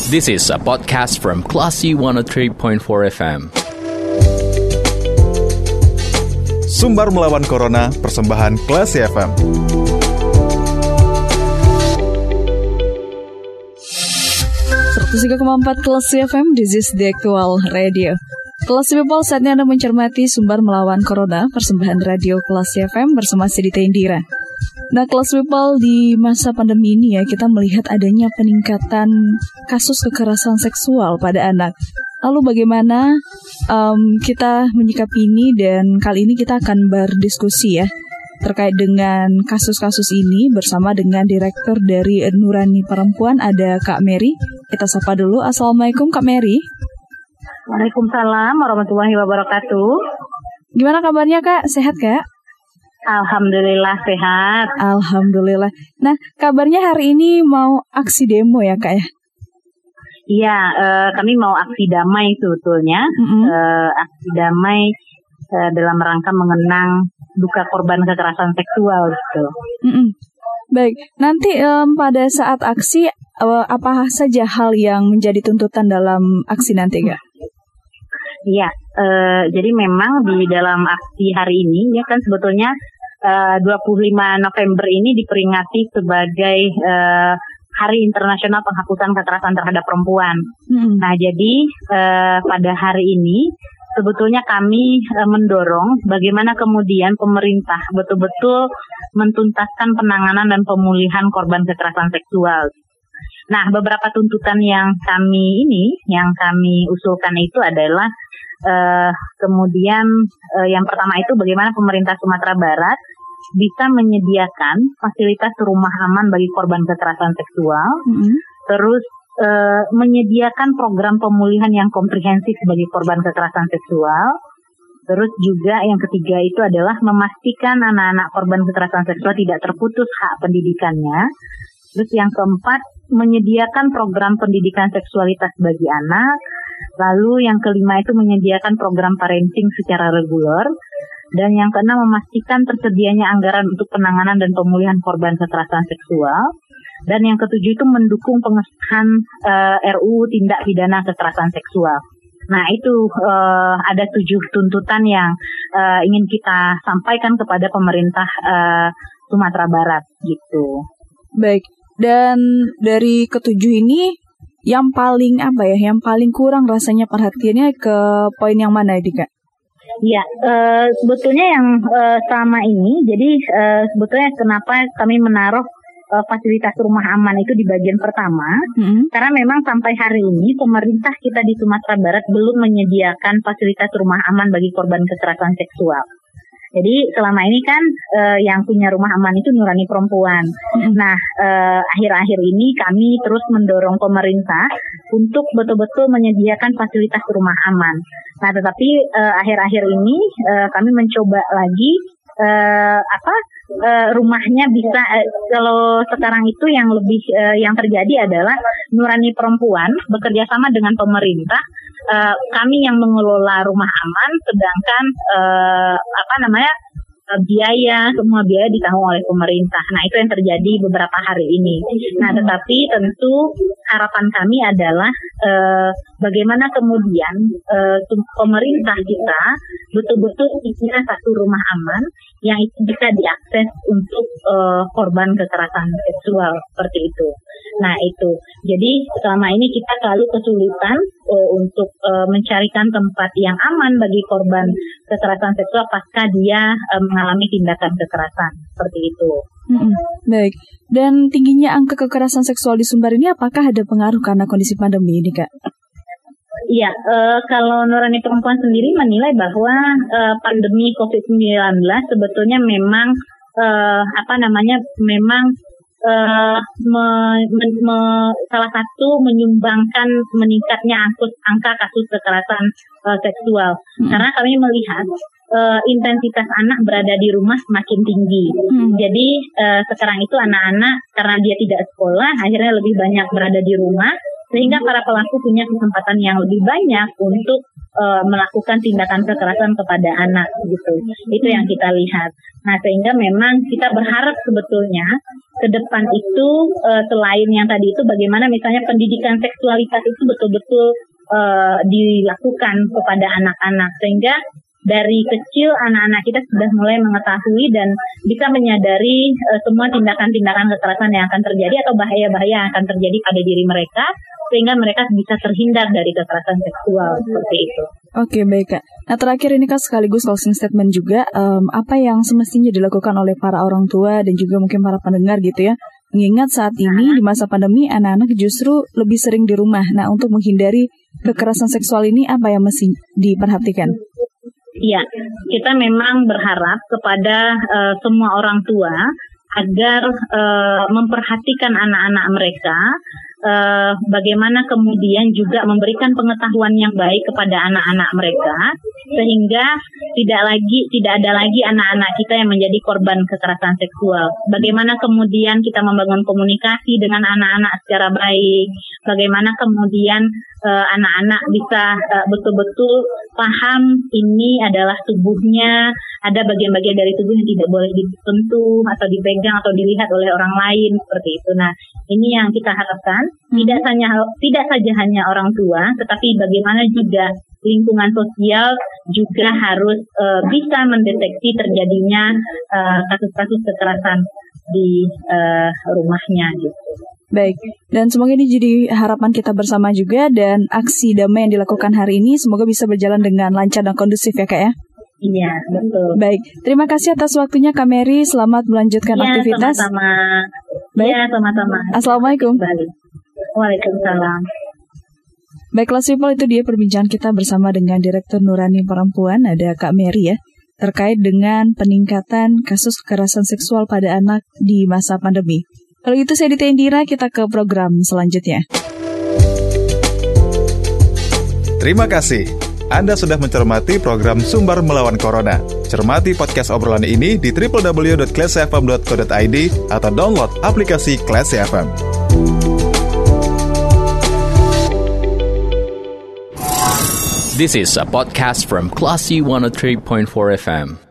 This is a podcast from Classy 103.4 FM. Sumbar melawan Corona, persembahan Classy FM. Classy FM, this is the actual radio. Classy People, saatnya Anda mencermati Sumbar melawan Corona, persembahan radio Classy FM bersama Sidita Indira. Nah, Classy People, di masa pandemi ini ya, kita melihat adanya peningkatan kasus kekerasan seksual pada anak. Lalu bagaimana kita menyikapi ini, dan kali ini kita akan berdiskusi ya terkait dengan kasus-kasus ini bersama dengan Direktur dari Nurani Perempuan, ada Kak Mary. Kita sapa dulu. Assalamualaikum Kak Mary. Waalaikumsalam warahmatullahi wabarakatuh. Gimana kabarnya Kak? Sehat Kak? Alhamdulillah sehat. Alhamdulillah. Nah, kabarnya hari ini mau aksi demo ya Kak ya? Iya, kami mau aksi damai sebetulnya. Aksi damai dalam rangka mengenang duka korban kekerasan seksual gitu. Baik, nanti pada saat aksi apa saja hal yang menjadi tuntutan dalam aksi nanti Kak? Iya, jadi memang di dalam aksi hari ini ya kan sebetulnya 25 November ini diperingati sebagai Hari Internasional Penghapusan Kekerasan Terhadap Perempuan. Nah, jadi pada hari ini sebetulnya kami mendorong bagaimana kemudian pemerintah betul-betul mentuntaskan penanganan dan pemulihan korban kekerasan seksual. Nah, beberapa tuntutan yang kami usulkan itu adalah kemudian yang pertama itu bagaimana pemerintah Sumatera Barat bisa menyediakan fasilitas rumah aman bagi korban kekerasan seksual, terus menyediakan program pemulihan yang komprehensif bagi korban kekerasan seksual, terus juga yang ketiga itu adalah memastikan anak-anak korban kekerasan seksual tidak terputus hak pendidikannya, terus yang keempat menyediakan program pendidikan seksualitas bagi anak, lalu yang kelima itu menyediakan program parenting secara reguler, dan yang keenam memastikan tersedianya anggaran untuk penanganan dan pemulihan korban kekerasan seksual, dan yang ketujuh itu mendukung pengesahan RUU Tindak Pidana Kekerasan Seksual. Nah, itu ada 7 tuntutan yang ingin kita sampaikan kepada pemerintah Sumatera Barat gitu. Baik, dan dari ketujuh ini yang paling kurang rasanya perhatiannya ke poin yang mana ini Kak? Ya, sebetulnya yang selama ini, jadi sebetulnya kenapa kami menaruh fasilitas rumah aman itu di bagian pertama, karena memang sampai hari ini pemerintah kita di Sumatera Barat belum menyediakan fasilitas rumah aman bagi korban kekerasan seksual. Jadi selama ini kan yang punya rumah aman itu Nurani Perempuan. Nah, akhir-akhir ini kami terus mendorong pemerintah untuk betul-betul menyediakan fasilitas rumah aman. Nah, tetapi akhir-akhir ini kami mencoba lagi rumahnya bisa kalau sekarang itu yang lebih yang terjadi adalah Nurani Perempuan bekerja sama dengan pemerintah, kami yang mengelola rumah aman, sedangkan semua biaya ditanggung oleh pemerintah. Nah, itu yang terjadi beberapa hari ini. Nah, tetapi tentu harapan kami adalah bagaimana kemudian pemerintah kita betul-betul punya satu rumah aman yang itu bisa diakses untuk korban kekerasan seksual seperti itu. Nah, itu. Jadi selama ini kita selalu kesulitan untuk mencarikan tempat yang aman bagi korban kekerasan seksual pasca dia mengalami tindakan kekerasan seperti itu. Baik. Dan tingginya angka kekerasan seksual di Sumbar ini apakah ada pengaruh karena kondisi pandemi ini Kak? Iya, kalau Nurani Perempuan sendiri menilai bahwa pandemi COVID-19 sebetulnya memang salah satu menyumbangkan meningkatnya angka kasus kekerasan seksual. Karena kami melihat intensitas anak berada di rumah semakin tinggi. Jadi sekarang itu anak-anak karena dia tidak sekolah akhirnya lebih banyak berada di rumah. sehingga para pelaku punya kesempatan yang lebih banyak untuk melakukan tindakan kekerasan kepada anak gitu. Itu yang kita lihat. Nah, sehingga memang kita berharap sebetulnya ke depan itu selain yang tadi itu, bagaimana misalnya pendidikan seksualitas itu betul-betul dilakukan kepada anak-anak, sehingga dari kecil anak-anak kita sudah mulai mengetahui dan bisa menyadari semua tindakan-tindakan kekerasan yang akan terjadi atau bahaya-bahaya yang akan terjadi pada diri mereka, sehingga mereka bisa terhindar dari kekerasan seksual seperti itu. Oke, baik Kak. Nah, terakhir ini Kak sekaligus closing statement juga, apa yang semestinya dilakukan oleh para orang tua dan juga mungkin para pendengar gitu ya, mengingat saat ini di masa pandemi anak-anak justru lebih sering di rumah. Nah, untuk menghindari kekerasan seksual ini apa yang mesti diperhatikan? Iya, kita memang berharap kepada semua orang tua agar memperhatikan anak-anak mereka, bagaimana kemudian juga memberikan pengetahuan yang baik kepada anak-anak mereka, sehingga tidak ada lagi anak-anak kita yang menjadi korban kekerasan seksual. Bagaimana kemudian kita membangun komunikasi dengan anak-anak secara baik, bagaimana kemudian anak-anak bisa betul-betul paham ini adalah tubuhnya, ada bagian-bagian dari tubuh yang tidak boleh disentuh atau dipegang atau dilihat oleh orang lain seperti itu. Nah, ini yang kita harapkan, tidak saja hanya orang tua, tetapi bagaimana juga lingkungan sosial juga harus bisa mendeteksi terjadinya kasus-kasus kekerasan di rumahnya gitu. Baik, dan semoga ini jadi harapan kita bersama juga, dan aksi damai yang dilakukan hari ini semoga bisa berjalan dengan lancar dan kondusif ya Kak ya? Iya, betul. Baik, terima kasih atas waktunya Kak Mary, selamat melanjutkan aktivitas. Sama-sama. Baik. Ya, sama-sama. Assalamualaikum. Waalaikumsalam. Baik, Kelas People, itu dia perbincangan kita bersama dengan Direktur Nurani Perempuan, ada Kak Mary ya, terkait dengan peningkatan kasus kekerasan seksual pada anak di masa pandemi. Kalau gitu saya Dita Indira, kita ke program selanjutnya. Terima kasih. Anda sudah mencermati program Sumber Melawan Corona. Cermati podcast obrolan ini di www.classifm.co.id atau download aplikasi Classy FM. This is a podcast from Classy 103.4 FM.